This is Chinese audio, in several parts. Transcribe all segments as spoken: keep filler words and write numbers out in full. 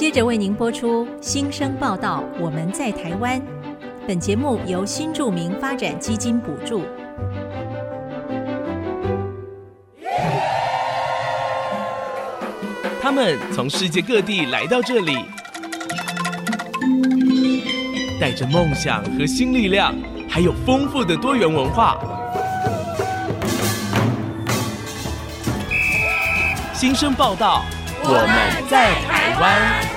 接着为您播出新生报道，我们在台湾。本节目由新住民发展基金补助。 他们从世界各地来到这里，带着梦想和新力量，还有丰富的多元文化。新生报道，我们在台湾。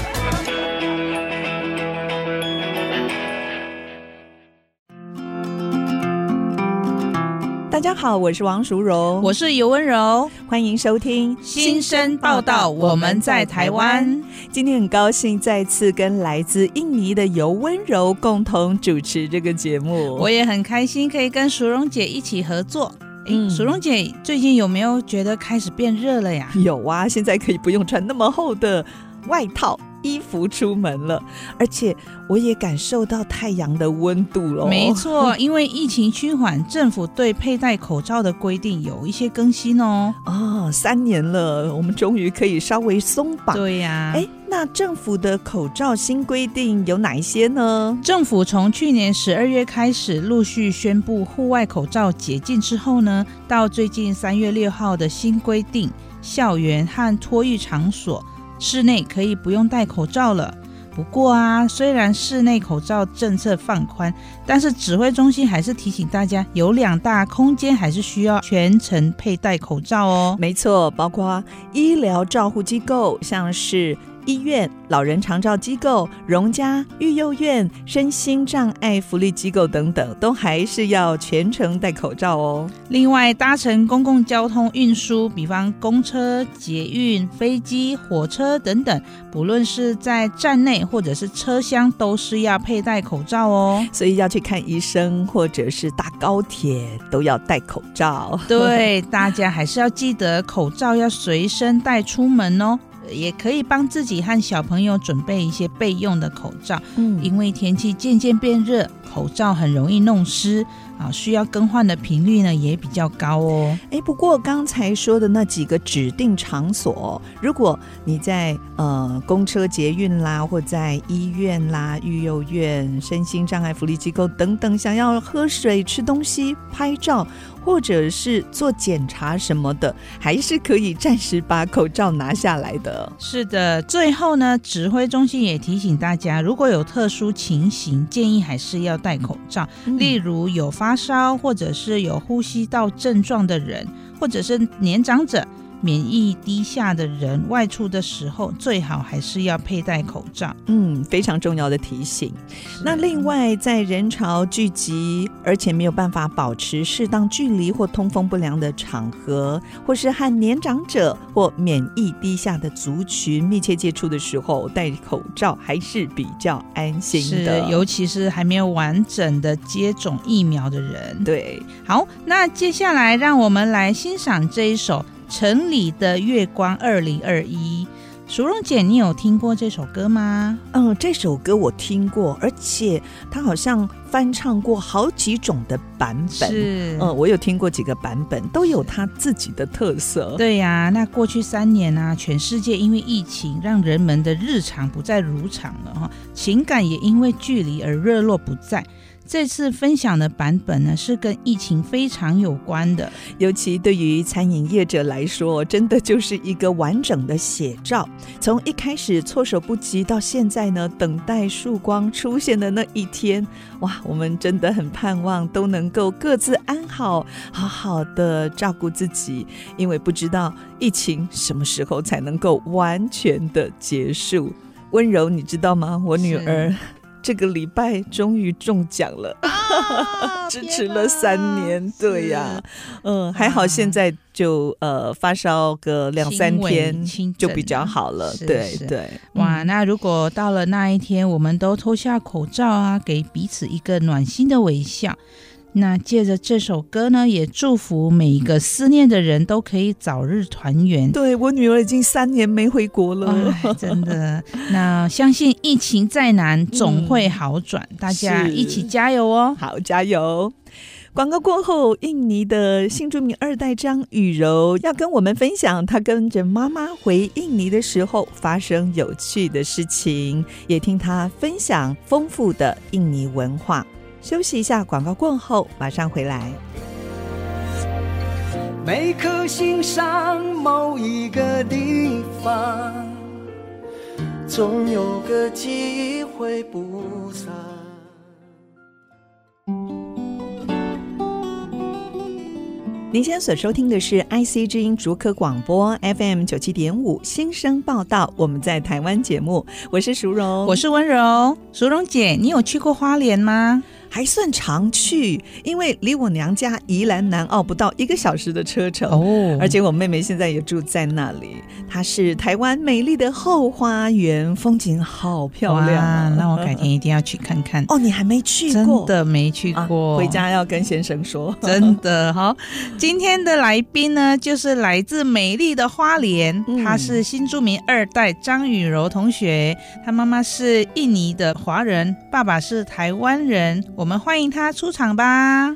大家好，我是王淑荣， 我是尤温柔， 欢迎收听新生报道，我们在台湾。 今天很高兴再次跟来自印尼的尤温柔共同主持这个节目， 我也很开心可以跟淑荣姐一起合作。嗯，淑荣姐最近有没有觉得开始变热了呀？ 有啊，现在可以不用穿那么厚的外套衣服出门了，而且我也感受到太阳的温度了。 没错，因为疫情趋缓，政府对佩戴口罩的规定有一些更新哦。 哦，三年了，我们终于可以稍微松绑。 对呀， 哎，那政府的口罩新规定有哪一些呢？ 政府从去年十二月开始陆续宣布户外口罩解禁之后呢，到最近三月六号的新规定，校园和托育场所室内可以不用戴口罩了。不过啊，虽然室内口罩政策放宽，但是指挥中心还是提醒大家，有两大空间还是需要全程佩戴口罩哦。 没错，包括医疗照护机构，像是医院、老人长照机构、荣家、育幼院、身心障碍福利机构等等，都还是要全程戴口罩哦。 另外，搭乘公共交通运输，比方公车、捷运、飞机、火车等等，不论是在站内或者是车厢，都是要佩戴口罩哦。 所以要去看医生或者是搭高铁，都要戴口罩。 对，大家还是要记得口罩要随身带出门哦。也可以帮自己和小朋友准备一些备用的口罩，嗯，因为天气渐渐变热，口罩很容易弄湿啊，需要更换的频率呢也比较高哦。 哎，不过刚才说的那几个指定场所，如果你在呃公车捷运啦，或在医院啦、育幼院、身心障碍福利机构等等，想要喝水、吃东西、拍照，或者是做检查什么的，还是可以暂时把口罩拿下来的。 是的，最后呢，指挥中心也提醒大家，如果有特殊情形，建议还是要戴口罩，嗯，例如有发烧或者是有呼吸道症状的人，或者是年长者、免疫低下的人，外出的时候最好还是要佩戴口罩。 嗯，非常重要的提醒。那另外，在人潮聚集而且没有办法保持适当距离或通风不良的场合，或是和年长者或免疫低下的族群密切接触的时候，戴口罩还是比较安心的， 是，尤其是还没有完整的接种疫苗的人。 对， 好，那接下来让我们来欣赏这一首城里的月光二零二一。淑荣姐，你有听过这首歌吗？ 嗯，这首歌我听过，而且它好像翻唱过好几种的版本。 是， 嗯，我有听过几个版本，都有它自己的特色。 对呀，啊，那过去三年啊，全世界因为疫情，让人们的日常不再如常了，情感也因为距离而热络不再。这次分享的版本呢，是跟疫情非常有关的， 尤其对于餐饮业者来说，真的就是一个完整的写照。从一开始措手不及，到现在呢，等待曙光出现的那一天，哇，我们真的很盼望都能够各自安好，好好的照顾自己，因为不知道疫情什么时候才能够完全的结束。温柔，你知道吗？我女儿这个礼拜终于中奖了，啊，支持了三年。对呀，啊，嗯，还好现在就呃发烧个两三天就比较好了。对对， 哇，那如果到了那一天，我们都脱下口罩啊，给彼此一个暖心的微笑。那借着这首歌呢，也祝福每一个思念的人都可以早日团圆。 对，我女儿已经三年没回国了， 哦，真的。那相信疫情再难总会好转，嗯，大家一起加油哦。 好，加油。 广告过后，印尼的新住民二代张雨柔要跟我们分享她跟着妈妈回印尼的时候发生有趣的事情，也听她分享丰富的印尼文化。休息一下，广告过后马上回来。 每颗心上某一个地方，总有个机会补偿。 您现在所收听的是 I C 之音竹科广播 F M 九七点五新生报道，我们在台湾节目，我是淑荣， 我是温柔。淑荣姐，你有去过花莲吗？ 还算常去，因为离我娘家宜兰南澳不到一个小时的车程哦，而且我妹妹现在也住在那里，它是台湾美丽的后花园，风景好漂亮啊！ 那我改天一定要去看看。 哦，你还没去过？ 真的没去过， 啊、回家要跟先生说。 真的好，今天的来宾呢，就是来自美丽的花莲，嗯、他是新住民二代张雨柔同学，他妈妈是印尼的华人，爸爸是台湾人。我们欢迎他出场吧。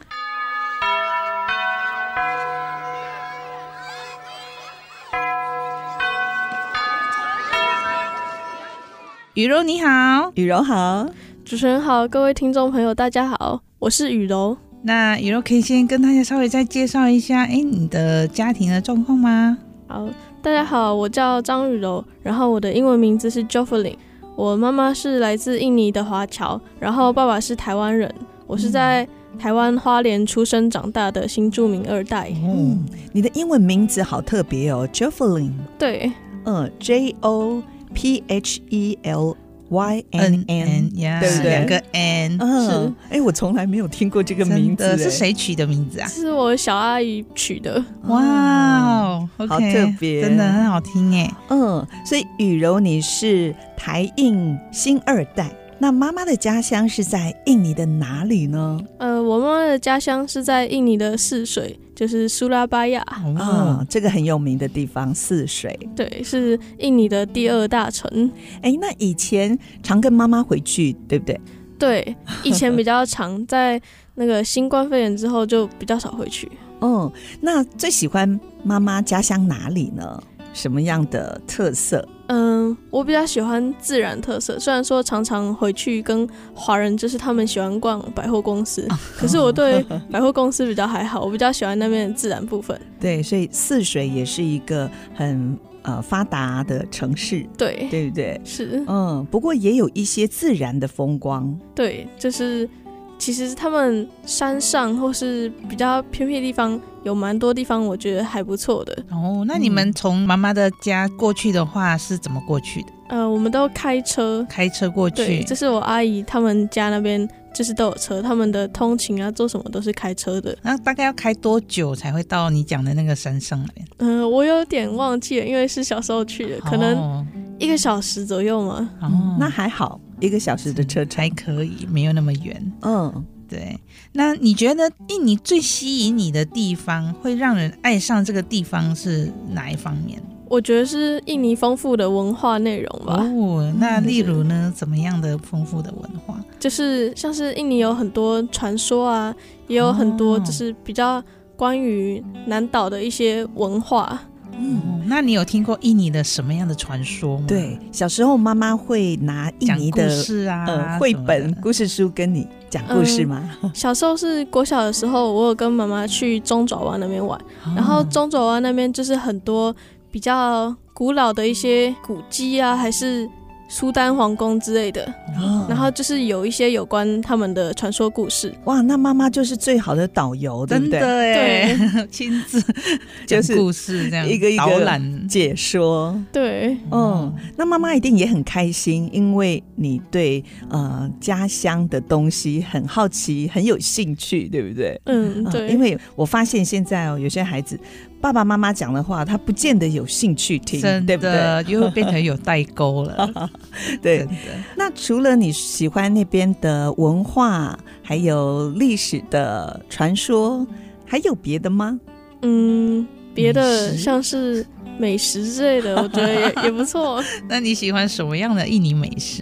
雨柔你好。 雨柔好。 主持人好，各位听众朋友大家好，我是雨柔。 那雨柔可以先跟大家稍微再介绍一下哎，你的家庭的状况吗？ 好，大家好，我叫张雨柔，然后我的英文名字是 Jovelyn， 我妈妈是来自印尼的华侨，然后爸爸是台湾人，我是在台湾花莲出生长大的新住民二代。 嗯，你的英文名字好特别哦 Jovelyn。 对， 嗯 J O P H E L Y N N， 对不对？ 两个 N， 嗯、是。哎，我从来没有听过这个名字， 是谁取的名字啊？ 是我小阿姨取的。 哇、哦 okay， 好特别， 真的很好听耶。 嗯，所以雨柔你是台印新二代，那妈妈的家乡是在印尼的哪里呢？ 呃，我妈妈的家乡是在印尼的泗水，就是苏拉巴亚。 哦、嗯，这个很有名的地方，泗水。 对，是印尼的第二大城。 哎，那以前常跟妈妈回去，对不对？ 对，以前比较常，在那个新冠肺炎之后就比较少回去。 嗯，那最喜欢妈妈家乡哪里呢？什么样的特色？ 嗯，我比较喜欢自然特色，虽然说常常回去跟华人就是他们喜欢逛百货公司，可是我对百货公司比较还好，我比较喜欢那边的自然部分。 对，所以泗水也是一个很呃发达的城市， 对， 对不对？ 是， 嗯，不过也有一些自然的风光。 对，就是其实他们山上或是比较偏僻的地方有蛮多地方我觉得还不错的。 哦，那你们从妈妈的家过去的话是怎么过去的？ 呃，我们都开车开车过去。 对，这是我阿姨他们家那边就是都有车，他们的通勤啊做什么都是开车的。 那大概要开多久才会到你讲的那个山上那边？ 嗯、呃，我有点忘记了，因为是小时候去的，可能一个小时左右嘛。 哦，那还好，一个小时的车才可以，没有那么远。 嗯， 对。那你觉得印尼最吸引你的地方，会让人爱上这个地方是哪一方面？ 我觉得是印尼丰富的文化内容吧。 哦，那例如呢、嗯、怎么样的丰富的文化？ 就是像是印尼有很多传说啊，也有很多就是比较关于南岛的一些文化。 嗯，那你有听过印尼的什么样的传说吗？ 对，小时候妈妈会拿印尼的讲故事啊， 呃、绘本故事书跟你讲故事吗？ 嗯、小时候是国小的时候，我有跟妈妈去中爪哇那边玩、哦、然后中爪哇那边就是很多比较古老的一些古迹啊，还是苏丹皇宫之类的、哦、然后就是有一些有关他们的传说故事。 哇，那妈妈就是最好的导游，对不对？ 真的耶，对，亲自就是故事这样一个一个导览解说。 对， 嗯，那妈妈一定也很开心，因为你对呃家乡的东西很好奇，很有兴趣，对不对？ 嗯，对、 呃、因为我发现现在哦，有些孩子爸爸妈妈讲的话他不见得有兴趣听， 真的对不对？ 就会变成有代沟了。 对，那除了你喜欢那边的文化还有历史的传说，还有别的吗？ 嗯，别的像是美食之类的我觉得 也, 也不错。 那你喜欢什么样的印尼美食？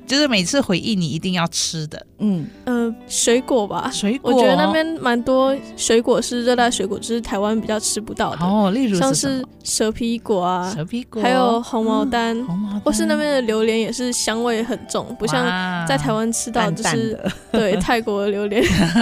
就是每次回印尼一定要吃的？ 嗯， 呃，水果吧， 水果， 我觉得那边蛮多水果是热带水果，就是台湾比较吃不到的。 哦，例如像是是蛇皮果啊， 蛇皮果， 还有红毛丹， 嗯、红毛丹， 或是那边的榴莲也是香味很重，不像在台湾吃到就是淡淡的对泰国的榴莲。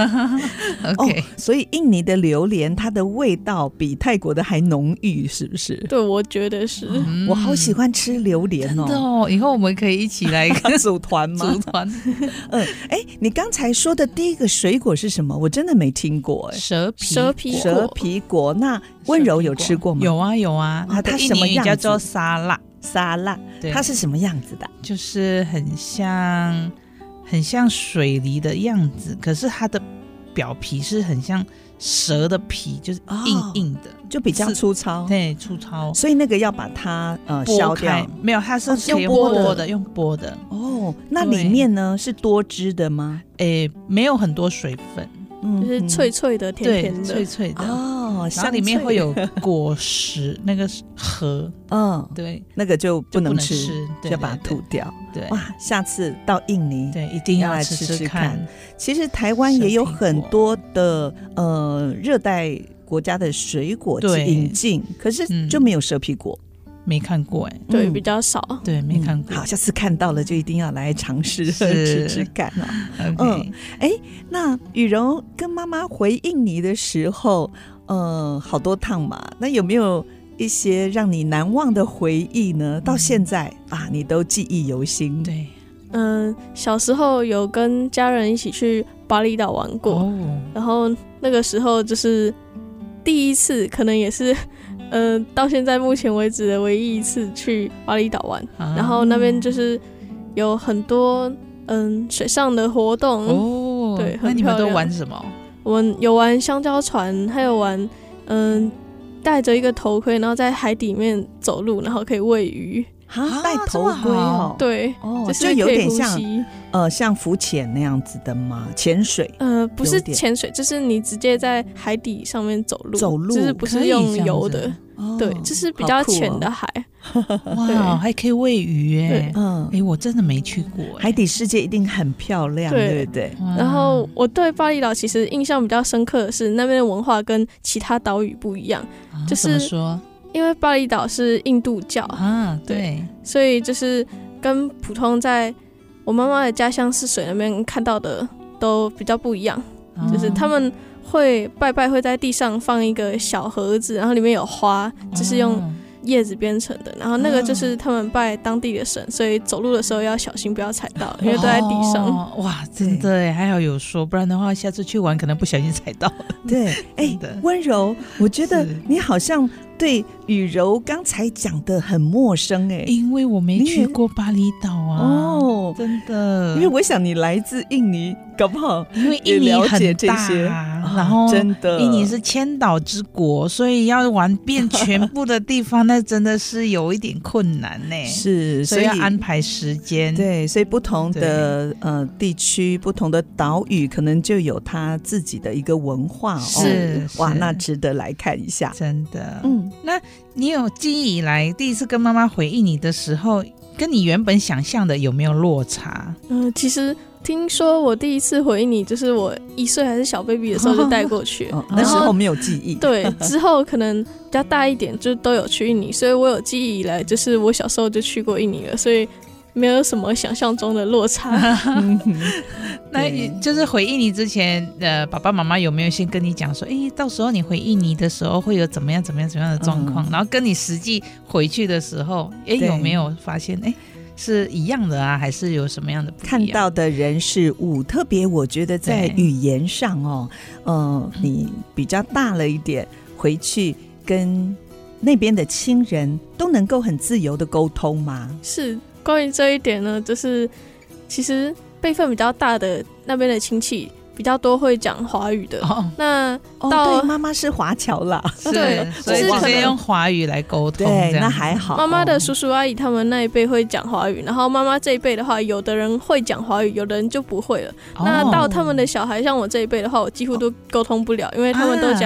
OK，、 哦、所以印尼的榴莲它的味道比泰国的还浓郁，是不是？ 对，我觉得是。 嗯、我好喜欢吃榴莲哦！ 真的哦，以后我们可以一起来组团吗？ 组团。 嗯，哎，你刚才说的第一个水果是什么？我真的没听过哎。 蛇皮蛇皮果蛇皮果，那温柔有吃过吗？ 有啊有啊， 它它什么样子？ 叫做沙拉沙拉，它是什么样子的？ 就是很像很像水梨的样子，可是它的表皮是很像蛇的皮，就是硬硬的， 哦、就比较粗糙。 对，粗糙。 所以那个要把它呃削掉， 没有，它是用剥的，用剥的。 哦，那里面呢是多汁的吗？ 诶，没有很多水分。 嗯、就是脆脆的、甜甜的， 脆脆的哦。 然后里面会有果实，那个核， 嗯， 对， 那个就不能吃， 就, 吃对对对就把它吐掉。 对， 哇，下次到印尼， 对，一定要来吃吃吃看。 看。其实台湾也有很多的呃热带国家的水果引进，可是就没有蛇皮果。 嗯没看过哎、欸， 对、嗯，比较少， 对，没看过、 嗯。好，下次看到了就一定要来尝试吃吃看哦。 嗯， 哎，那雨柔跟妈妈回印尼的时候，呃，好多趟嘛，那有没有一些让你难忘的回忆呢？到现在、嗯、啊，你都记忆犹新。 对， 嗯，小时候有跟家人一起去巴厘岛玩过、哦，然后那个时候就是第一次，可能也是。呃，到现在目前为止的唯一一次去巴厘岛玩、啊，然后那边就是有很多嗯水上的活动哦， 对， 那你们都玩什么？ 我们有玩香蕉船，还有玩嗯戴着一个头盔，然后在海底面走路，然后可以喂鱼。 啊，戴头盔哦， 对， 哦， 就是就有点像呃像浮潜那样子的吗？潜水？ 呃，不是潜水，就是你直接在海底上面走路， 走路， 就是不是用游的， 哦、 对，就是比较浅的海。 哇，还可以喂鱼耶！ 嗯， 哎，我真的没去过。 海底世界一定很漂亮，对, 对不对？ 然后我对巴厘岛其实印象比较深刻的是，那边的文化跟其他岛屿不一样， 啊、 就是怎么说？ 因为巴厘岛是印度教啊，对， 对，所以就是跟普通在我妈妈的家乡泗水那边看到的都比较不一样，哦、就是他们会拜拜会在地上放一个小盒子，然后里面有花，就是用叶子编成的，然后那个就是他们拜当地的神，所以走路的时候要小心不要踩到，因为都在地上。 哦、哇，真的耶，还好有说，不然的话下次去玩可能不小心踩到。 对，哎，温柔，我觉得你好像对雨柔刚才讲的很陌生哎， 因为我没去过巴厘岛啊。哦，真的， 因为我想你来自印尼，搞不好因为印尼很大，然后真的印尼是千岛之国，所以要玩遍全部的地方，那真的是有一点困难呢。 是， 所以要安排时间。 对，所以不同的呃地区、不同的岛屿，可能就有它自己的一个文化。 是， 哦、哇，那值得来看一下。 真的，嗯，那你有记忆以来第一次跟妈妈回印尼的时候，跟你原本想象的有没有落差？ 嗯、呃，其实听说我第一次回印尼，就是我一岁还是小 baby 的时候就带过去， 哦、那时候没有记忆。 对，之后可能比较大一点，就都有去印尼，所以我有记忆以来，就是我小时候就去过印尼了，所以没有什么想象中的落差。 那就是回印尼之前，呃，爸爸妈妈有没有先跟你讲说，哎，到时候你回印尼的时候会有怎么样怎么样怎么样的状况、嗯？然后跟你实际回去的时候，哎，有没有发现，哎，是一样的啊，还是有什么样的不一样？ 看到的人事物，特别我觉得在语言上哦，呃，你比较大了一点，回去跟那边的亲人都能够很自由的沟通吗？ 是。关于这一点呢，就是其实辈分比较大的那边的亲戚比较多会讲华语的。哦、那到、 哦、对，妈妈是华侨啦， 对， 所以可以用华语来沟通。 对，那还好。 妈妈的叔叔阿姨他们那一辈会讲华语，然后妈妈这一辈的话，有的人会讲华语，有的人就不会了。哦、那到他们的小孩，像我这一辈的话，我几乎都沟通不了，因为他们都讲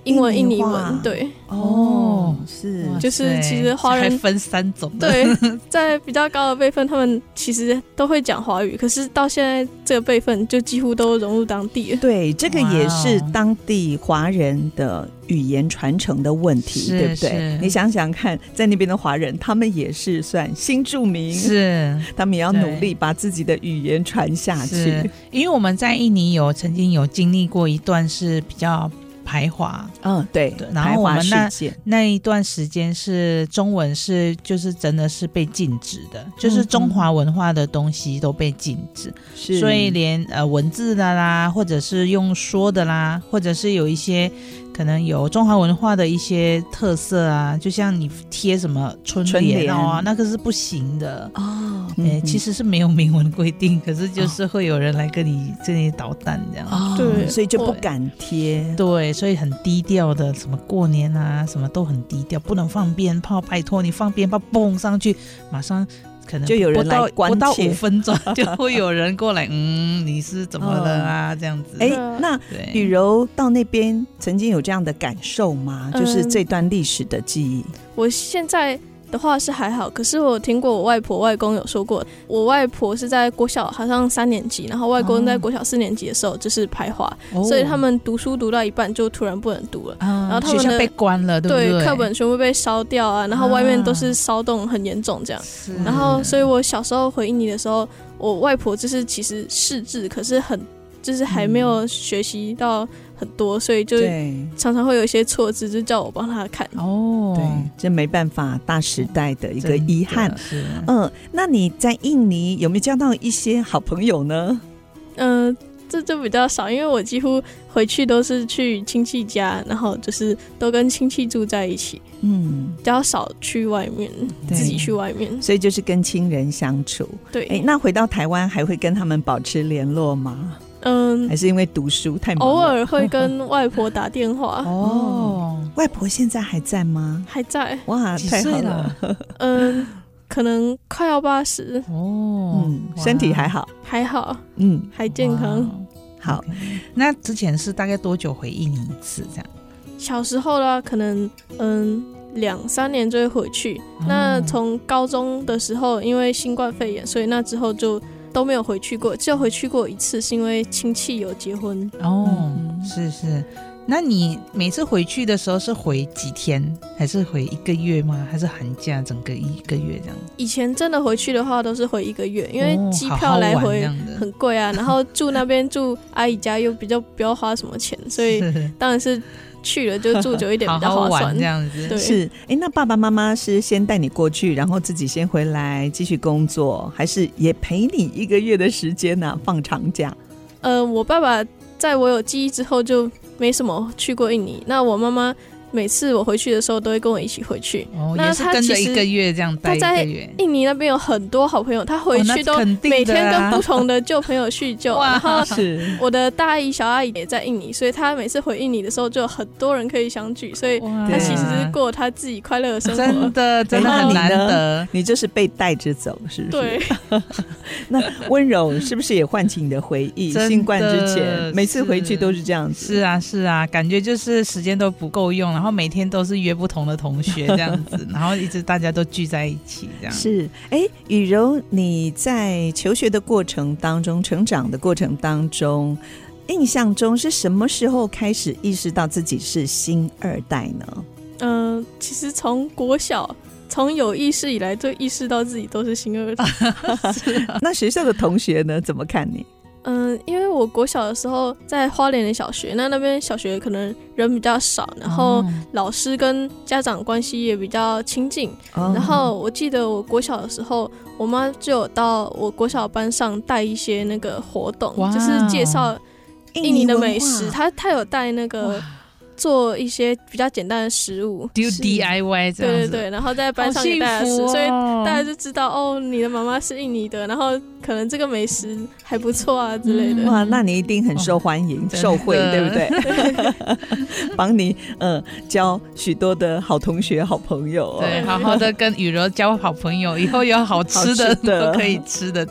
英文、印尼印尼话文，对。 哦，是就是其实华人还分三种的， 对，在比较高的辈分，他们其实都会讲华语，可是到现在这个辈分就几乎都融入当地了。 对，这个也是当地华人的语言传承的问题，对不对？你想想看，在那边的华人，他们也是算新住民， 是他们也要努力把自己的语言传下去。 因为我们在印尼有曾经有经历过一段是比较排华， 嗯，对， 对，然后我们那那一段时间是中文是就是真的是被禁止的，就是中华文化的东西都被禁止， 是、嗯， 所以连呃文字的啦，或者是用说的啦，或者是有一些可能有中华文化的一些特色啊，就像你贴什么春联哦，那个是不行的哦。欸、其实是没有明文规定，可是就是会有人来跟你这里捣蛋这样， 哦、对，所以就不敢贴。 对，所以很低调的，什么过年啊，什么都很低调，不能放鞭炮，拜托你放鞭炮蹦上去，马上。可能就有人来关切， 不到五分钟就会有人过来，嗯，你是怎么了啊？哦、这样子。 哎，那雨柔到那边曾经有这样的感受吗？ 嗯、 就是这段历史的记忆。 我现在的话是还好，可是我听过我外婆外公有说过，我外婆是在国小好像三年级，然后外公在国小四年级的时候就是排华、哦、所以他们读书读到一半就突然不能读了、哦、然后他们的学校被关了，对不对？ 对，课本全部被烧掉啊，然后外面都是骚动很严重这样、啊、然后所以我小时候回印尼的时候，我外婆就是其实识字，可是很就是还没有学习到很多，所以就常常会有一些错字，就叫我帮他看。 哦，对，这没办法，大时代的一个遗憾。嗯，那你在印尼有没有交到一些好朋友呢？ 嗯、呃，这就比较少，因为我几乎回去都是去亲戚家，然后就是都跟亲戚住在一起，嗯，比较少去外面，自己去外面， 所以就是跟亲人相处。 对， 哎，那回到台湾还会跟他们保持联络吗？ 嗯， 还是因为读书太忙了， 偶尔会跟外婆打电话。 哦，外婆现在还在吗？ 还在。 哇，太好了。 嗯，可能快要八十。 哦，嗯，身体还好？ 还好，嗯，还健康。 好， okay. 那之前是大概多久回印尼一次这样？ 小时候啦，可能嗯两三年就会回去。哦、那从高中的时候，因为新冠肺炎，所以那之后就都没有回去过，只有回去过一次，是因为亲戚有结婚。 哦，嗯、是是。那你每次回去的时候是回几天，还是回一个月吗？还是寒假整个一个月这样？ 以前真的回去的话都是回一个月，因为机票来回很贵啊，哦、然后住那边住阿姨家又比较不要花什么钱，所以当然是去了就住久一点比较划算。 好好玩这样子。 对， 是。哎，那爸爸妈妈是先带你过去，然后自己先回来继续工作，还是也陪你一个月的时间呢、啊？放长假？ 呃，我爸爸在我有记忆之后就没什么去过印尼，那我妈妈每次我回去的时候都会跟我一起回去。 哦，也是跟着一个月这样待一个月。 他在印尼那边有很多好朋友，他回去都每天跟不同的旧朋友叙旧。 哦、 然后是我的大阿姨、小阿姨也在印尼，所以他每次回印尼的时候就有很多人可以相聚，所以他其实是过他自己快乐的生活。 真的，真的很难得。 你就是被带着走，是不是？ 对。 那温柔是不是也唤起你的回忆？新冠之前，每次回去都是这样子。 是啊，是啊，感觉就是时间都不够用，然后每天都是约不同的同学这样子，然后一直大家都聚在一起这样。 是，哎，雨柔，你在求学的过程当中，成长的过程当中，印象中是什么时候开始意识到自己是新二代呢？ 嗯、呃，其实从国小。从有意识以来就意识到自己都是新二代。 啊、那学校的同学呢怎么看你？ 嗯，因为我国小的时候在花莲的小学，那那边小学可能人比较少，然后老师跟家长关系也比较亲近、哦、然后我记得我国小的时候，我妈就有到我国小班上带一些那个活动，就是介绍印尼的美食，她她有带那个做一些比较简单的食物 ，do D I Y 这样子， 对对对，然后在班上给大家吃、哦，所以大家就知道哦，你的妈妈是印尼的，然后可能这个美食还不错啊之类的。 哇，那你一定很受欢迎、哦、受惠，对不对？帮你呃交许多的好同学、好朋友、哦， 对，好好的跟雨柔交好朋友，以后有好吃的都可以吃得到。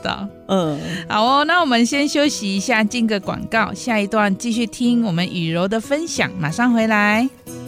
嗯， 好哦，那我们先休息一下，进个广告，下一段继续听我们雨柔的分享，马上回来。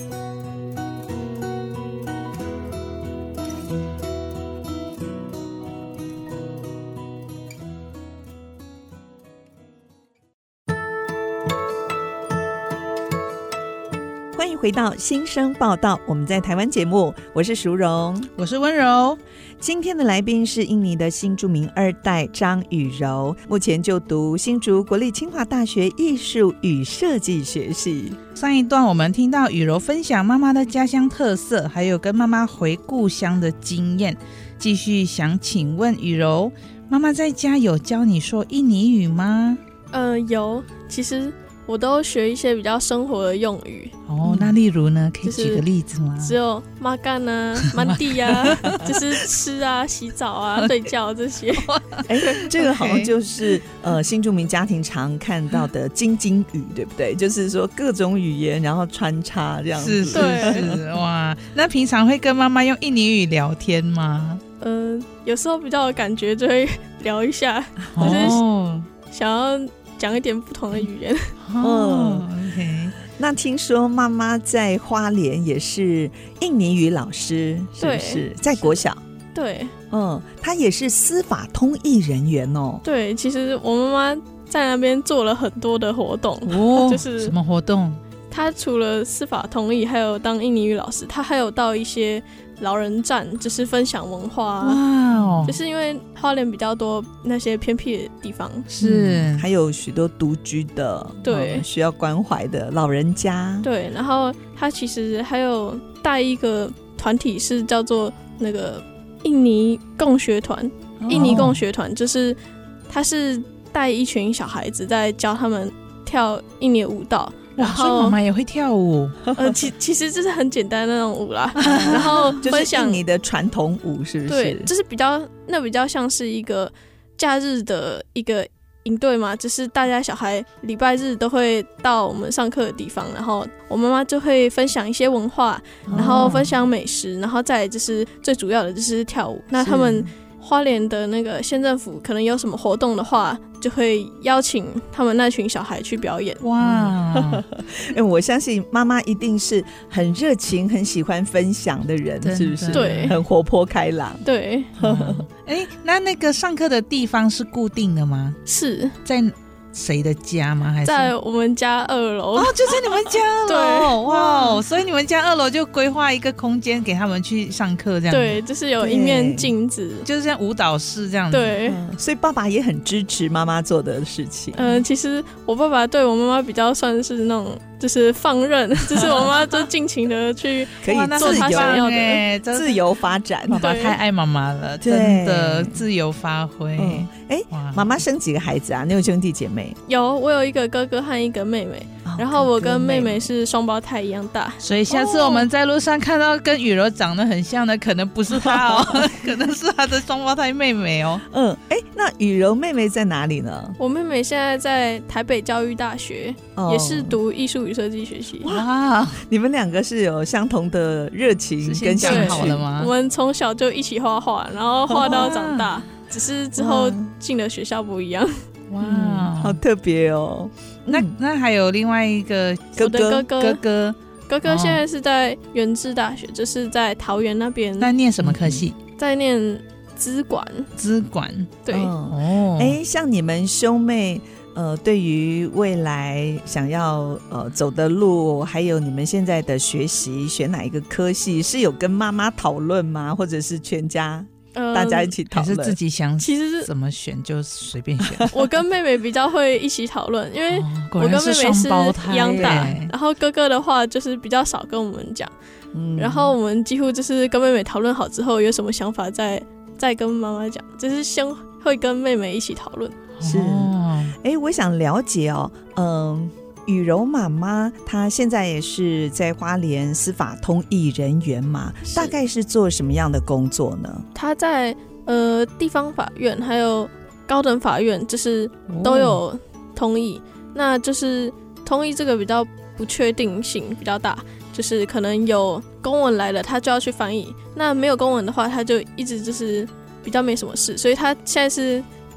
欢迎回到新生报道，我们在台湾节目，我是淑荣， 我是温柔。 今天的来宾是印尼的新住民二代张雨柔，目前就读新竹国立清华大学艺术与设计学系。 上一段我们听到雨柔分享妈妈的家乡特色，还有跟妈妈回故乡的经验。继续想请问雨柔，妈妈在家有教你说印尼语吗？ 呃，有，其实我都学一些比较生活的用语。 哦，那例如呢？可以举个例子吗？ 只有妈干啊、曼地啊，就是吃啊、洗澡啊、睡觉这些。 哎，这个好像就是呃新住民家庭常看到的京津语，对不对？就是说各种语言然后穿插这样子。 是是是，哇！那平常会跟妈妈用印尼语聊天吗？ 嗯、呃，有时候比较有感觉就会聊一下， 哦、 就是想要讲一点不同的语言。 哦 ，OK。 那听说妈妈在花莲也是印尼语老师，是不是？在国小。 对。 嗯，她也是司法通译人员哦。 对，其实我妈妈在那边做了很多的活动。 哦， 就是什么活动？ 她除了司法通译，还有当印尼语老师，她还有到一些老人站，就是分享文化。 哇哦！ 就是因为花莲比较多那些偏僻的地方， 是、 嗯、还有许多独居的， 对、 嗯，需要关怀的老人家。 对，然后他其实还有带一个团体，是叫做那个印尼共学团。哦、印尼共学团就是他是带一群小孩子在教他们跳印尼的舞蹈。 然后所以妈妈也会跳舞， 呃，其其实这是很简单的那种舞啦，然后分享就是印尼的传统舞，是不是？ 对，就是比较那比较像是一个假日的一个营队嘛，就是大家小孩礼拜日都会到我们上课的地方，然后我妈妈就会分享一些文化，然后分享美食，然后再来就是最主要的就是跳舞。那他们花莲的那个县政府可能有什么活动的话，就会邀请他们那群小孩去表演。 哇！ 我相信妈妈一定是很热情、很喜欢分享的人，是不是？ 对， 很活泼开朗。 对。 哎、嗯，那那个上课的地方是固定的吗？ 是在谁的家吗？还是在我们家二楼？ 哦，就在你们家二楼。 对， 哇，所以你们家二楼就规划一个空间给他们去上课，这样。 对，就是有一面镜子， 就是像舞蹈室这样子。 对、 嗯，所以爸爸也很支持妈妈做的事情。 嗯、呃，其实我爸爸对我妈妈比较算是那种。就是放任，就是我妈就尽情的去可以做她想要的， 自由发展。 爸爸太爱妈妈了，真的自由发挥。 哎、嗯，妈妈生几个孩子啊？你有兄弟姐妹？ 有，我有一个哥哥和一个妹妹，哦、然后我跟妹妹是双胞胎一样大。 所以下次我们在路上看到跟雨柔长得很像的，可能不是她哦，可能是她的双胞胎妹妹哦。 嗯，哎，那雨柔妹妹在哪里呢？ 我妹妹现在在台北教育大学，哦、也是读艺术与设计学系。 哇，你们两个是有相同的热情跟兴趣好了吗？ 我们从小就一起画画，然后画到长大，只是之后进的学校不一样。 哇、 嗯，好特别哦。 那那还有另外一个哥哥，哥哥哥哥哥哥现在是在元智大学，就是在桃园那边。 那念什么科系？ 在念资管。 资管， 对。 哦，哎，像你们兄妹。呃，对于未来想要呃走的路，还有你们现在的学习，选哪一个科系，是有跟妈妈讨论吗？或者是全家、呃、大家一起讨论？ 还是自己想？ 其实是怎么选就随便选。 我跟妹妹比较会一起讨论，因为我跟妹妹是一样大，然后哥哥的话就是比较少跟我们讲、嗯，然后我们几乎就是跟妹妹讨论好之后，有什么想法再再跟妈妈讲，就是先会跟妹妹一起讨论。 是，哎、欸，我想了解哦，嗯，雨柔妈妈她现在也是在花莲司法通译人员嘛，大概是做什么样的工作呢？ 她在呃地方法院还有高等法院，就是都有通译、哦，那就是通译这个比较不确定性比较大，就是可能有公文来了，她就要去翻译；那没有公文的话，她就一直就是比较没什么事，所以她现在是。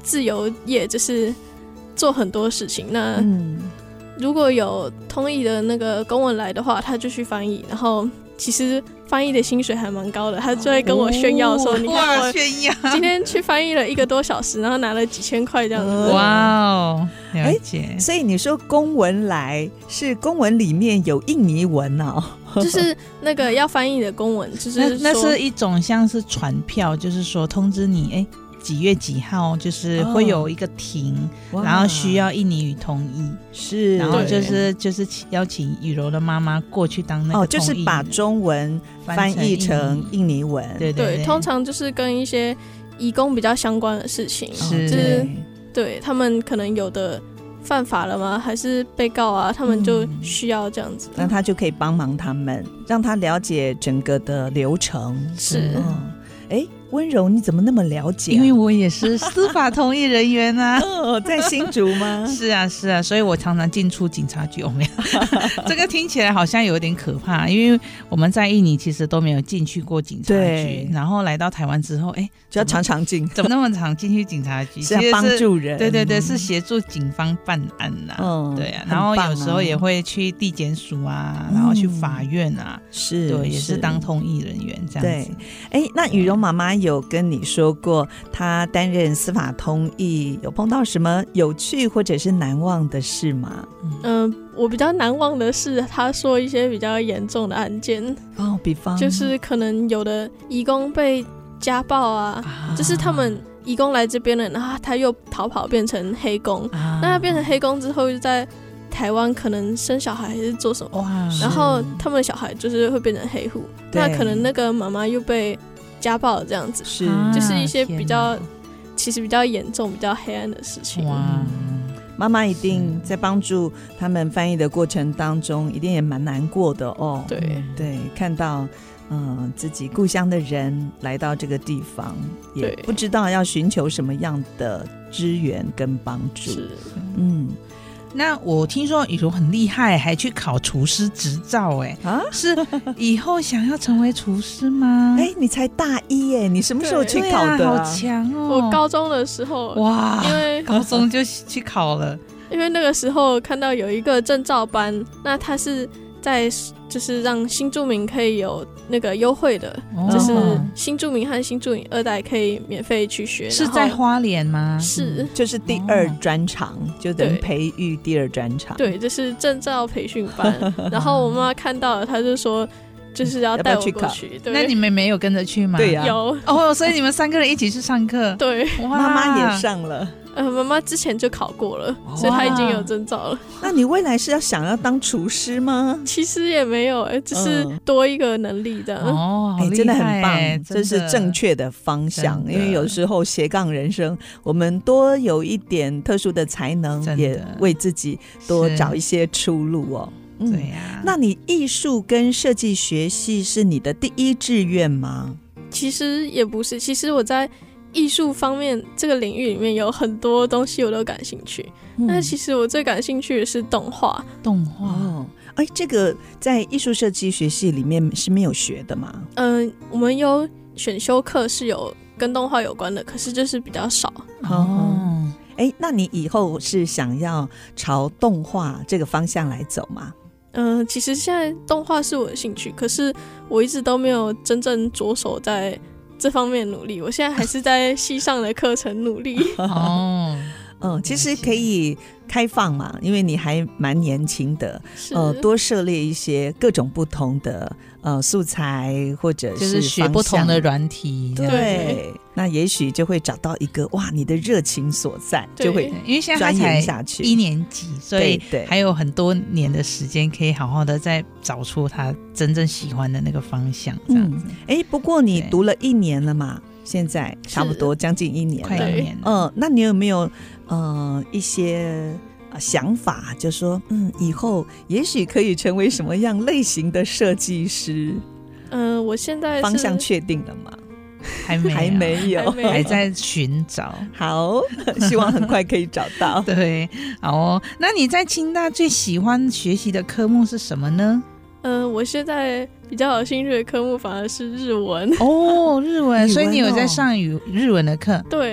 自由业，就是做很多事情。那嗯， 如果有通译的那个公文来的话，他就去翻译，然后其实翻译的薪水还蛮高的，他就会跟我炫耀说：“ 哦、 你看我炫耀今天去翻译了一个多小时，然后拿了几千块这样子。嗯” 哇哦，了解。 所以你说公文来是公文里面有印尼文哦， 就是那个要翻译的公文，就是那那是一种像是传票，就是说通知你，哎。几月几号就是会有一个庭、哦、然后需要印尼语通译， 是， 然后就是就是邀请雨柔的妈妈过去当那个哦，就是把中文翻译成印尼文， 对 对, 对，通常就是跟一些移工比较相关的事情， 是， 就是 对, 对他们可能有的犯法了吗？还是被告啊？他们就需要这样子，嗯、 那他就可以帮忙他们，让他了解整个的流程， 是。 哎、嗯，温柔你怎么那么了解、啊？ 因为我也是司法通译人员啊。 哦，在新竹吗？ 是啊是啊，所以我常常进出警察局。有没有？这个听起来好像有点可怕，因为我们在印尼其实都没有进去过警察局，然后来到台湾之后，哎， 就要常常进， 怎么那么常进去警察局？ 是要帮助人， 对对对，是协助警方办案呐、啊。嗯，对啊，然后有时候也会去地检署啊，然后去法院啊， 是， 对，也是当通译人员这样子。 对，哎，那雨柔妈妈有跟你说过，她担任司法通译有碰到什么有趣或者是难忘的事吗？ 嗯、呃，我比较难忘的是她说一些比较严重的案件哦，比方就是可能有的移工被家暴啊，啊就是他们移工来这边了，然后他又逃跑变成黑工，啊、那他变成黑工之后就在台湾可能生小孩还是做什么，然后他们的小孩就是会变成黑户，那可能那个妈妈又被家暴了这样子， 是就是一些比较其实比较严重比较黑暗的事情。 哇，妈妈一定在帮助他们翻译的过程当中一定也蛮难过的哦。 对对，看到嗯，自己故乡的人来到这个地方，也不知道要寻求什么样的支援跟帮助。 是， 嗯。 那我听说雨柔很厉害，还去考厨师执照，哎，啊，是以后想要成为厨师吗？ 哎，你才大一耶，你什么时候去考的、啊？ 好强哦！ 我高中的时候， 哇， 因为高中就去考了， 因为那个时候看到有一个证照班，那他是在就是让新住民可以有那个优惠的、哦、就是新住民和新住民二代可以免费去学。 是在花莲吗？ 是、 嗯、就是第二专长、哦、就等于培育第二专长。 对，这是证照培训班然后我妈妈看到了，她就说就是要带我过去。 要对， 那你们没有跟着去吗？ 对呀、啊， 有哦，所以你们三个人一起去上课。 对， 妈妈也上了。 呃，妈妈之前就考过了，所以她已经有证照了。 那你未来是要想要当厨师吗？ 其实也没有、欸，只是多一个能力的。 嗯、哦，好厉害、欸， 真的很棒，这是正确的方向。因为有时候斜杠人生，我们多有一点特殊的才能，也为自己多找一些出路哦。 嗯、对呀、啊。 那你艺术跟设计学系是你的第一志愿吗？ 其实也不是，其实我在艺术方面这个领域里面有很多东西我都感兴趣，但、嗯、其实我最感兴趣的是动画。 动画哦，哎，这个在艺术设计学系里面是没有学的吗？ 嗯、呃，我们有选修课是有跟动画有关的，可是就是比较少。 哦，哎，那你以后是想要朝动画这个方向来走吗？ 嗯、呃，其实现在动画是我的兴趣，可是我一直都没有真正着手在这方面努力，我现在还是在系上的课程努力。 哦，嗯，其实可以开放嘛，因为你还蛮年轻的，呃，多涉猎一些各种不同的呃素材，或者是就是学不同的软体， 对，对，那也许就会找到一个哇，你的热情所在，就会因为现在他才一年级，所以还有很多年的时间可以好好的再找出他真正喜欢的那个方向，这样子。 哎、嗯，不过你读了一年了嘛，现在差不多将近一年了， 快一年了。 嗯、呃，那你有没有呃一些想法，就说嗯，以后也许可以成为什么样类型的设计师？ 嗯、呃，我现在方向确定了吗？ 还没有还没有， 还在寻找。 好，希望很快可以找到。 对，好哦。那你在清大最喜欢学习的科目是什么呢？ 嗯、呃，我现在比较有兴趣的科目反而是日文。 哦，日文，所以你有在上语日文的课？ 对。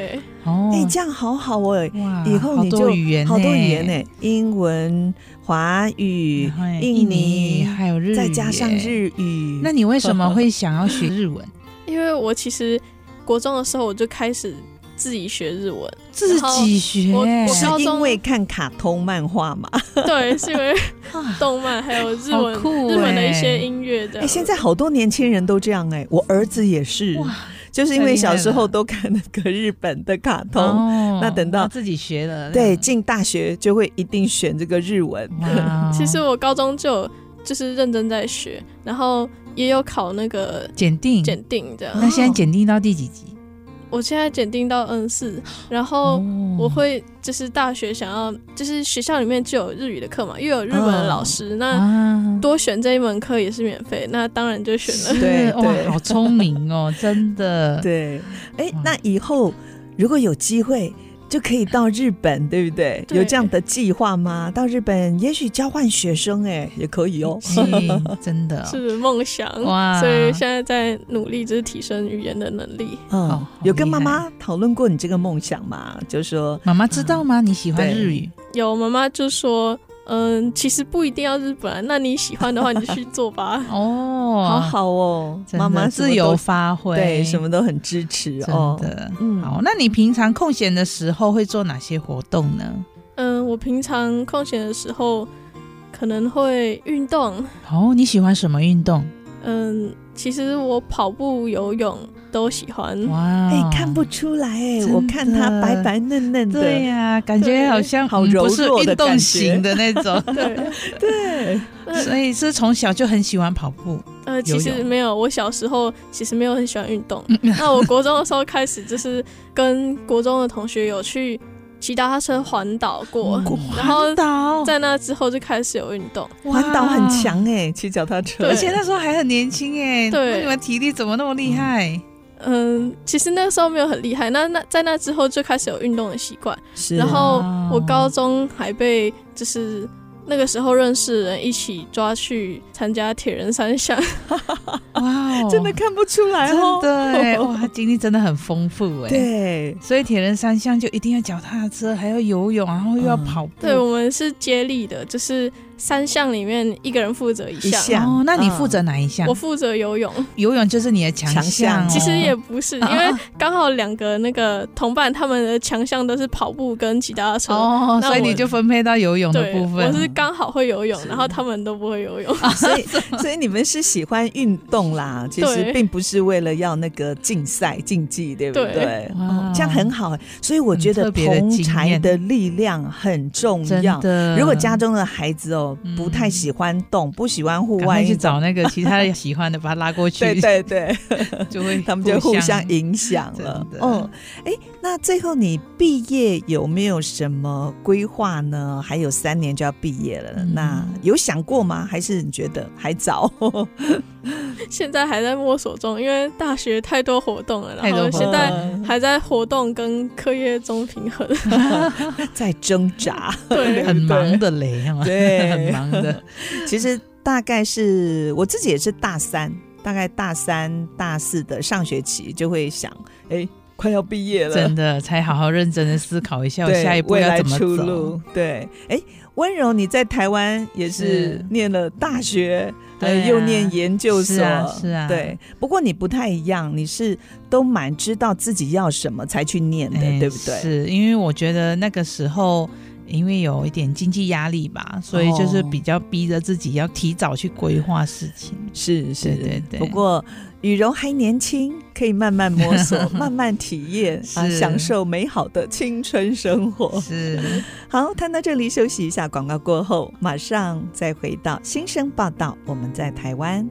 哦，哎、欸，这样好好哎、欸， 哇， 以后你就好多语言、欸， 好多语言呢、欸，英文、华语、印尼， 还有日语， 再加上日语。 那你为什么会想要学日文？ 因为我其实国中的时候我就开始自己学日文， 自己学。 我我是因为看卡通漫画嘛？ 对，是因为动漫还有日文、欸、日本的一些音乐的。 哎、欸，现在好多年轻人都这样哎、欸，我儿子也是。就是因为小时候都看那个日本的卡通，哦、那等到自己学了， 对，进大学就会一定选这个日文。 其实我高中就就是认真在学，然后也有考那个检定， 检定这样。 那现在检定到第几级？ 我现在检定到 N 四，然后我会就是大学想要就是学校里面就有日语的课嘛，又有日文的老师，哦、那多选这一门课也是免费，那当然就选了。 对， 哇，好聪明哦，真的。 对，哎，那以后如果有机会，就可以到日本，对不对？对，有这样的计划吗？到日本也许交换学生哎，也可以哦。 真的是梦想哇！所以现在在努力，就是提升语言的能力。 嗯，哦、有跟妈妈讨论过你这个梦想吗？就是说， 妈妈知道吗？嗯、你喜欢日语？ 有，妈妈就说。嗯，其实不一定要日本，那你喜欢的话，你就去做吧。 哦，好好哦，妈妈自由发挥， 对，什么都很支持哦。 真的，嗯，好，那你平常空闲的时候会做哪些活动呢？ 嗯，我平常空闲的时候可能会运动。 哦，你喜欢什么运动？ 嗯，其实我跑步、游泳都喜欢。 哇，哎、欸，看不出来哎、欸，我看他白白嫩嫩的， 对呀、啊，感觉好像好柔弱的运动型的那种。 对对， 所以是从小就很喜欢跑步。 呃，其实没有，我小时候其实没有很喜欢运动。那我国中的时候开始，就是跟国中的同学有去骑脚踏车环岛过，然后在那之后就开始有运动。 环岛很强哎、欸，骑脚踏车， 而且那时候还很年轻哎、欸。 对， 你们体力怎么那么厉害？ 嗯，其实那个时候没有很厉害，那那在那之后就开始有运动的习惯。是，然后我高中还被就是那个时候认识的人一起抓去参加铁人三项。 哇、哦，真的看不出来哦， 真的哎，哇，经历真的很丰富哎。 对， 所以铁人三项就一定要脚踏车，还要游泳，然后又要跑步。 嗯、对，我们是接力的，就是三项里面一个人负责一项。 一项哦，那你负责哪一项？ 我负责游泳。 游泳就是你的强项、哦。 其实也不是，因为刚好两个那个同伴他们的强项都是跑步跟骑脚踏车。 哦，所以你就分配到游泳的部分。 我是刚好会游泳，然后他们都不会游泳。 所以，所以你们是喜欢运动啦，其实并不是为了要那个竞赛竞技，对不对？对哦、这样很好。所以我觉得同侪的力量很重要。如果家中的孩子哦、嗯、不太喜欢动，不喜欢户外， 去找那个其他喜欢的，把他拉过去。 对对对， 就会他们就互相影响了。哦，哎，那最后你毕业有没有什么规划呢？还有三年就要毕业了，嗯、那有想过吗？还是你觉得还早？ 现在还在摸索中，因为大学太多活动了，然后现在还在活动跟课业中平衡， 在挣扎， 对， 很忙的嘞， 对， 很忙的。 其实大概是我自己也是大三，大概大三、大四的上学期就会想，哎，快要毕业了， 真的才好好认真的思考一下，我下一步要怎么走。 未来出路，对，哎。温柔，你在台湾也是念了大学，呃、啊，又念研究所， 是啊，是啊， 对。不过你不太一样，你是都蛮知道自己要什么才去念的，欸、对不对？ 是因为我觉得那个时候，因为有一点经济压力吧，所以就是比较逼着自己要提早去规划事情。 是是， 对对对。 不过雨柔还年轻，可以慢慢摸索，慢慢体验啊，享受美好的青春生活。 是， 好，谈到这里休息一下，广告过后马上再回到新生报道。我们在台湾。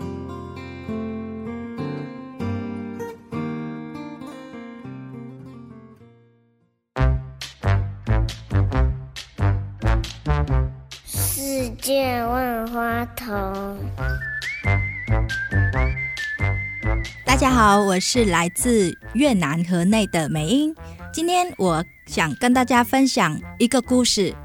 世界万花筒。 大家好，我是来自越南河内的美英。今天我想跟大家分享一个故事，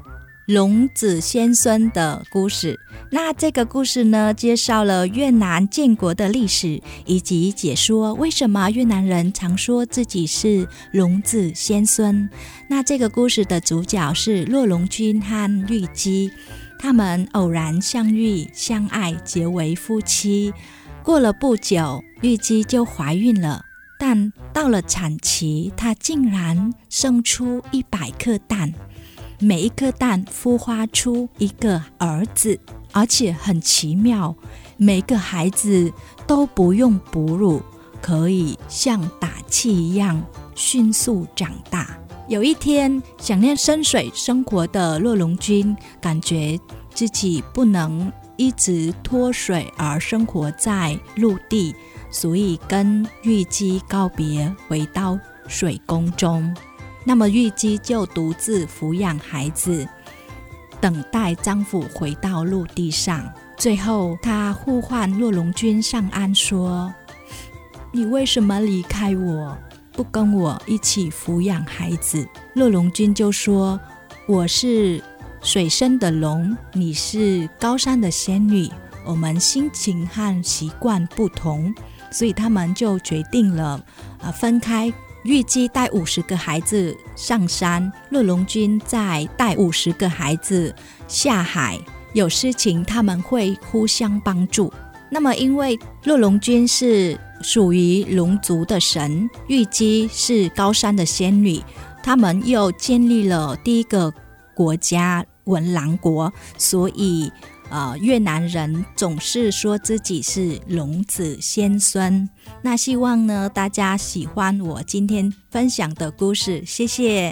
龙子先孙的故事。那这个故事呢，介绍了越南建国的历史，以及解说为什么越南人常说自己是龙子先孙。那这个故事的主角是骆龙君和玉姬，他们偶然相遇相爱，结为夫妻。过了不久，玉姬就怀孕了，但到了产期，她竟然生出一百颗蛋，每一颗蛋孵化出一个儿子，而且很奇妙，每个孩子都不用哺乳，可以像打气一样迅速长大。有一天，想念深水生活的骆龙君感觉自己不能一直脱水而生活在陆地，所以跟玉姬告别，回到水宫中。那么玉姬就独自抚养孩子，等待丈夫回到陆地上。最后她呼唤骆龙君上岸说，你为什么离开我，不跟我一起抚养孩子？骆龙君就说，我是水生的龙，你是高山的仙女，我们心情和习惯不同，所以他们就决定了、呃、分开。玉姬带五十个孩子上山，骆龙君再带五十个孩子下海，有事情他们会互相帮助。那么因为骆龙君是属于龙族的神，玉姬是高山的仙女，他们又建立了第一个国家文郎国，所以呃，越南人总是说自己是龙子先孙。那希望呢大家喜欢我今天分享的故事，谢谢。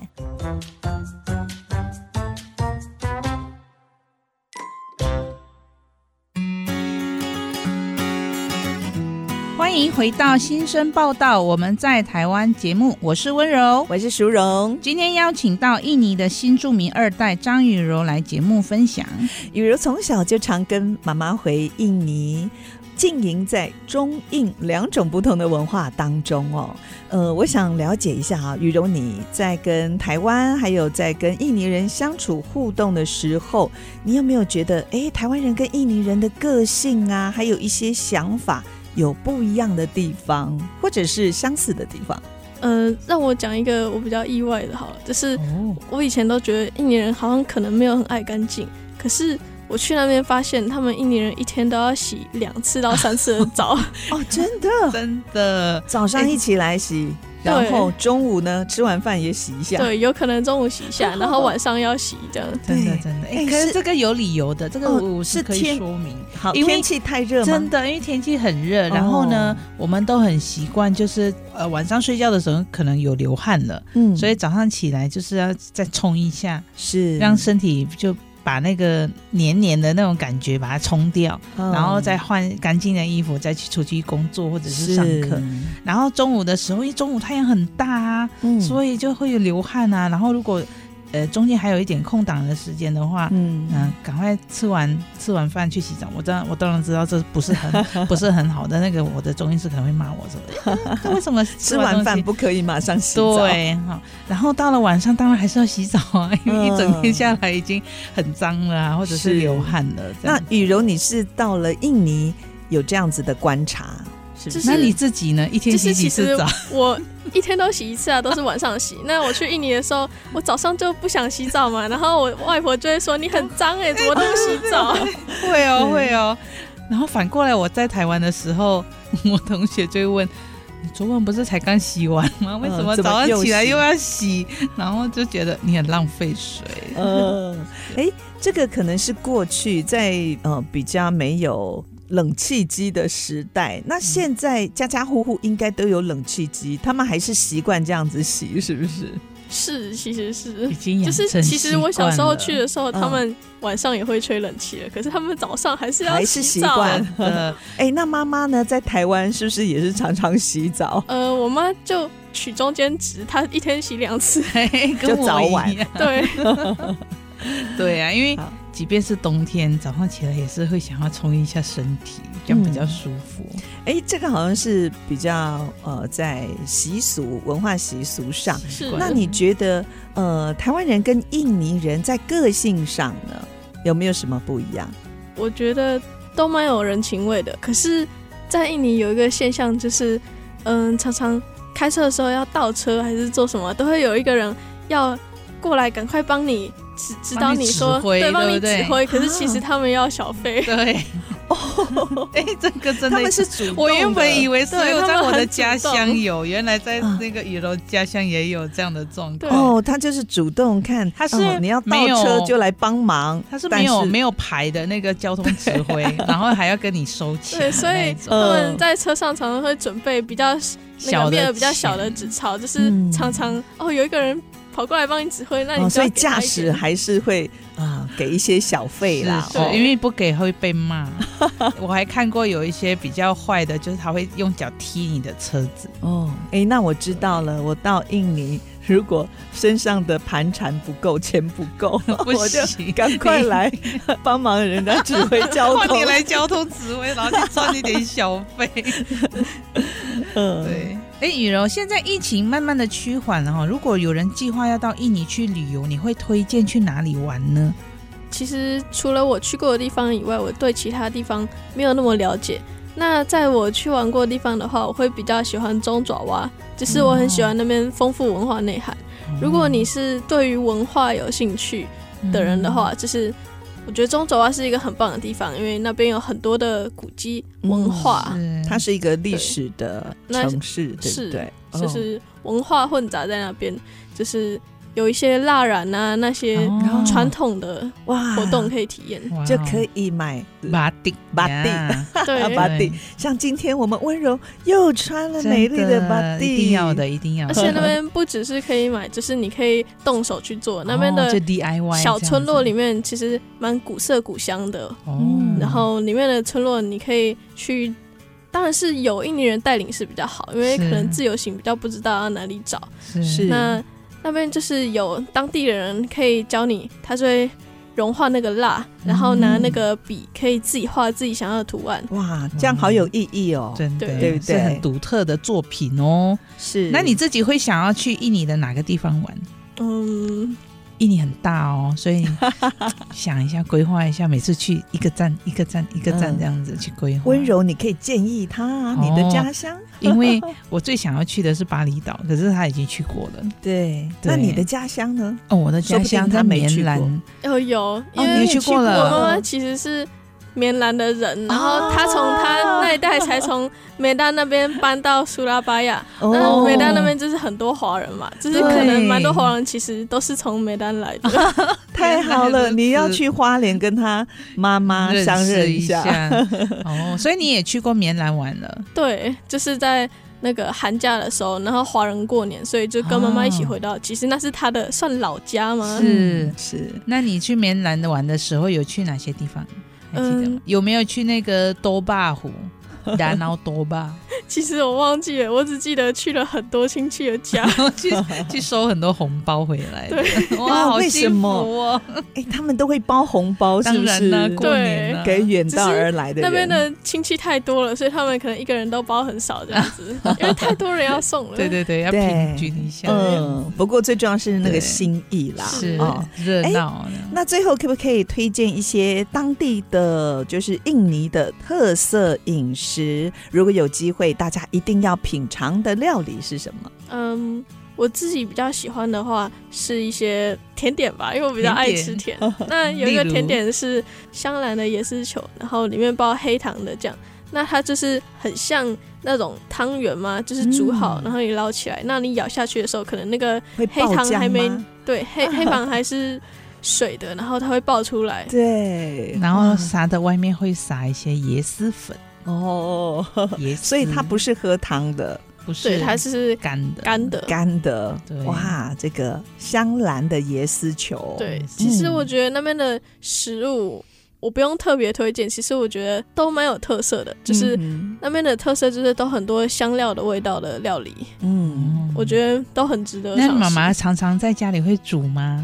欢迎回到新生报道，我们在台湾节目，我是温柔， 我是淑荣。 今天邀请到印尼的新住民二代张雨柔来节目分享。 雨柔从小就常跟妈妈回印尼，浸淫在中印两种不同的文化当中哦。呃，我想了解一下啊，雨柔你在跟台湾还有在跟印尼人相处互动的时候，你有没有觉得哎，台湾人跟印尼人的个性啊，还有一些想法有不一样的地方，或者是相似的地方？ 呃，让我讲一个我比较意外的好了，就是我以前都觉得印尼人好像可能没有很爱干净，可是我去那边发现他们印尼人一天都要洗两次到三次的澡哦，真的真的， 早上一起来洗、欸、然后中午呢吃完饭也洗一下， 对，有可能中午洗一下然后晚上要洗这样， 真的真的、欸、可是这个有理由的，这个我是可以说明、 哦、因为天气太热吗？ 真的，因为天气很热、哦、然后呢我们都很习惯就是呃晚上睡觉的时候可能有流汗了，嗯，所以早上起来就是要再冲一下，是让身体就把那个黏黏的那种感觉把它冲掉、哦、然后再换干净的衣服再去出去工作或者是上课。然后中午的时候因为中午太阳很大啊、嗯、所以就会有流汗啊，然后如果呃中间还有一点空档的时间的话，嗯，呃、赶快吃完吃完饭去洗澡。我当然我当然知道这不是很不是很好的，那个我的中医师可能会骂我说为什么吃完饭不可以马上洗澡？ 对，好，然后到了晚上当然还是要洗澡啊，因为一整天下来已经很脏了啊，或者是流汗了。 那雨柔你是到了印尼有这样子的观察？是不是？ 那你自己呢？一天洗几次澡？ 我一天都洗一次啊，都是晚上洗。那我去印尼的时候，我早上就不想洗澡嘛，然后我外婆就会说你很脏哎、欸，怎么都不洗澡？ 会哦会哦。然后反过来我在台湾的时候，我同学就会问，你昨晚不是才刚洗完吗？为什么早上起来又要洗？然后就觉得你很浪费水。 嗯，哎，这个可能是过去在呃比较没有冷气机的时代，那现在家家户户应该都有冷气机，他们还是习惯这样子洗，是不是？ 是，其实是已经养成习惯了。 就是其实我小时候去的时候，他们晚上也会吹冷气了，嗯、可是他们早上还是要洗澡。还是习惯的。哎，那妈妈呢？在台湾是不是也是常常洗澡？ 呃，我妈就取中间值，她一天洗两次， 就早晚。 对。 对啊，因为即便是冬天早上起来也是会想要冲一下身体，这样比较舒服。 哎、嗯，这个好像是比较呃在习俗文化习俗上。 是， 那你觉得呃台湾人跟印尼人在个性上呢有没有什么不一样？ 我觉得都蛮有人情味的，可是在印尼有一个现象就是嗯，常常开车的时候要倒车还是做什么都会有一个人要过来赶快帮你指指导你说对，帮你指挥，可是其实他们要小费。 对，哦，哎，这个真的他们是主动的。 我原本以为只有在我的家乡有，原来在那个雨柔家乡也有这样的状况。 哦，他就是主动看， 他是、 哦、你要倒车就来帮忙， 他是没有没有牌的那个交通指挥，然后还要跟你收钱。 对，所以他们在车上常常会准备比较那个面额比较小的纸钞，就是常常、嗯、哦有一个人跑过来帮你指挥，那你就要给他一点、哦、 所以驾驶还是会啊给一些小费啦， 对、哦，因为不给会被骂。我还看过有一些比较坏的，就是他会用脚踢你的车子。 哦，哎，那我知道了，我到印尼如果身上的盘缠不够，钱不够， 不我就赶快来帮忙人家指挥交通。 你来交通指挥，然后去赚一点小费。嗯，对。哎，雨柔，现在疫情慢慢的趋缓了哈，如果有人计划要到印尼去旅游，你会推荐去哪里玩呢？ 其实除了我去过的地方以外，我对其他地方没有那么了解。那在我去玩过的地方的话，我会比较喜欢中爪哇，就是我很喜欢那边丰富文化内涵、哦、如果你是对于文化有兴趣的人的话、嗯、就是我觉得中爪哇是一个很棒的地方，因为那边有很多的古迹文化、 嗯、它是一个历史的城市，对不对？ 是，就是文化混杂在那边，就是有一些蜡染啊那些传统的活动可以体验、 哦、就可以买巴蒂巴蒂对巴蒂，像今天我们温柔又穿了美丽的巴蒂， 一定要的一定要的。 而且那边不只是可以买，就是你可以动手去做，那边的小村落里面其实蛮古色古香的、哦、然后里面的村落你可以去，当然是有印尼人带领是比较好，因为可能自由行比较不知道要哪里找， 是那那边就是有当地的人可以教你，他就会融化那个蜡、嗯、然后拿那个笔可以自己画自己想要的图案。 哇，这样好有意义哦， 真的， 对不对？ 是很独特的作品哦。 是， 那你自己会想要去印尼的哪个地方玩？ 嗯， 印尼很大哦，所以想一下规划一下，每次去一个站一个站一个站这样子去规划、嗯、 温柔你可以建议他、啊哦、你的家乡因为我最想要去的是巴厘岛，可是他已经去过了。 对, 对，那你的家乡呢？ 哦，我的家乡在棉兰。 哦，有，因为、 哦、你去过了。 我妈妈其实是棉兰的人，然后他从他那一代才从美丹那边搬到苏拉巴亚、哦、那美丹那边就是很多华人嘛，就是可能蛮多华人其实都是从美丹来的。 太好了，你要去花莲跟他妈妈相认一下。 哦，所以你也去过棉兰玩了？ 对，就是在那个寒假的时候，然后华人过年，所以就跟妈妈一起回到、哦、其实那是他的算老家吗？ 是是。 那你去棉兰玩的时候有去哪些地方？还记得吗？嗯、有没有去那个多巴湖？然后多巴， 其实我忘记了，我只记得去了很多亲戚的家， 去去收很多红包回来。 对， 哇，好幸福哦！ 哎、欸，他们都会包红包，是不是？ 当然啦，过年啦， 给远道而来的人。 那边的亲戚太多了，所以他们可能一个人都包很少这样子，因为太多人要送了。 对对对，要平均一下。 嗯，不过最重要是那个心意啦， 是哦，热闹、欸。 那最后可不可以推荐一些当地的，就是印尼的特色饮食？如果有机会大家一定要品尝的料理是什么？ 嗯，我自己比较喜欢的话是一些甜点吧，因为我比较爱吃甜。那有一个甜点是香兰的椰丝球，然后里面包黑糖的酱，那它就是很像那种汤圆嘛，就是煮好、嗯、然后你捞起来，那你咬下去的时候可能那个黑糖还没对黑黑糖还是水的，然后它会爆出来。 对， 然后撒的外面会撒一些椰丝粉哦，所以它不是喝汤的， 不是，对，它是干的， 干的， 干的。哇，这个香兰的椰丝球， 对，其实我觉得那边的食物、嗯、我不用特别推荐，其实我觉得都蛮有特色的，就是那边的特色就是都很多香料的味道的料理，嗯，我觉得都很值得尝试。 那妈妈常常在家里会煮吗？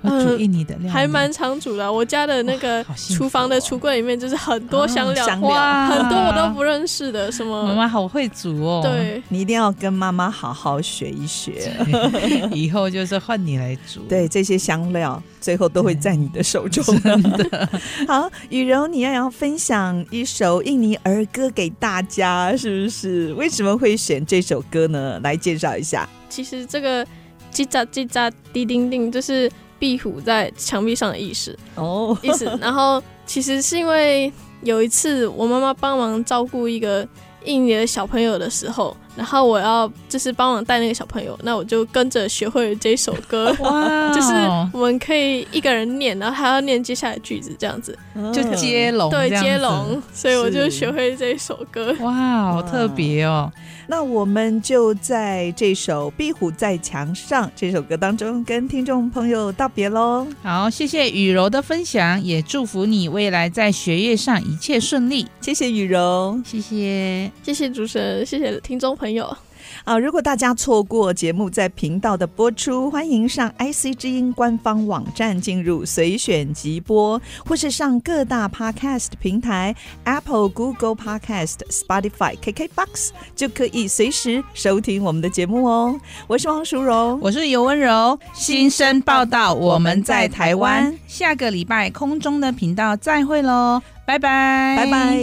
会煮印尼的料理、 嗯、还蛮常煮的。我家的那个厨房的橱柜里面就是很多香料， 哦、香料哇，很多我都不认识的，什么妈妈好会煮哦。 对， 你一定要跟妈妈好好学一学， 以后就是换你来煮。 对，这些香料最后都会在你的手中。 真的。 好，雨柔，你要要分享一首印尼儿歌给大家，是不是？为什么会选这首歌呢？来介绍一下。 其实这个叽喳叽喳滴叮叮就是壁虎在墙壁上的意思哦，意思。然后其实是因为有一次我妈妈帮忙照顾一个印尼的小朋友的时候，然后我要就是帮忙带那个小朋友，那我就跟着学会了这首歌。哇，就是我们可以一个人念，然后他要念接下来的句子，这样子就接龙， 对，接龙，所以我就学会这首歌。 哇，好特别哦。 那我们就在这首《壁虎在墙上》这首歌当中跟听众朋友道别咯。 好，谢谢雨柔的分享，也祝福你未来在学业上一切顺利。 谢谢雨柔， 谢谢， 谢谢主持人，谢谢听众朋友。 啊，如果大家错过节目在频道的播出，欢迎上 I C 之音官方网站进入随选即播，或是上各大 Podcast 平台 Apple、Google Podcast、Spotify、K K B O X 就可以随时收听我们的节目哦。我是王淑荣， 我是尤温柔，新生报道，我们在台湾，下个礼拜空中的频道再会咯，拜拜， 拜拜。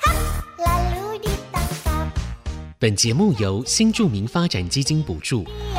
本节目由新住民发展基金补助。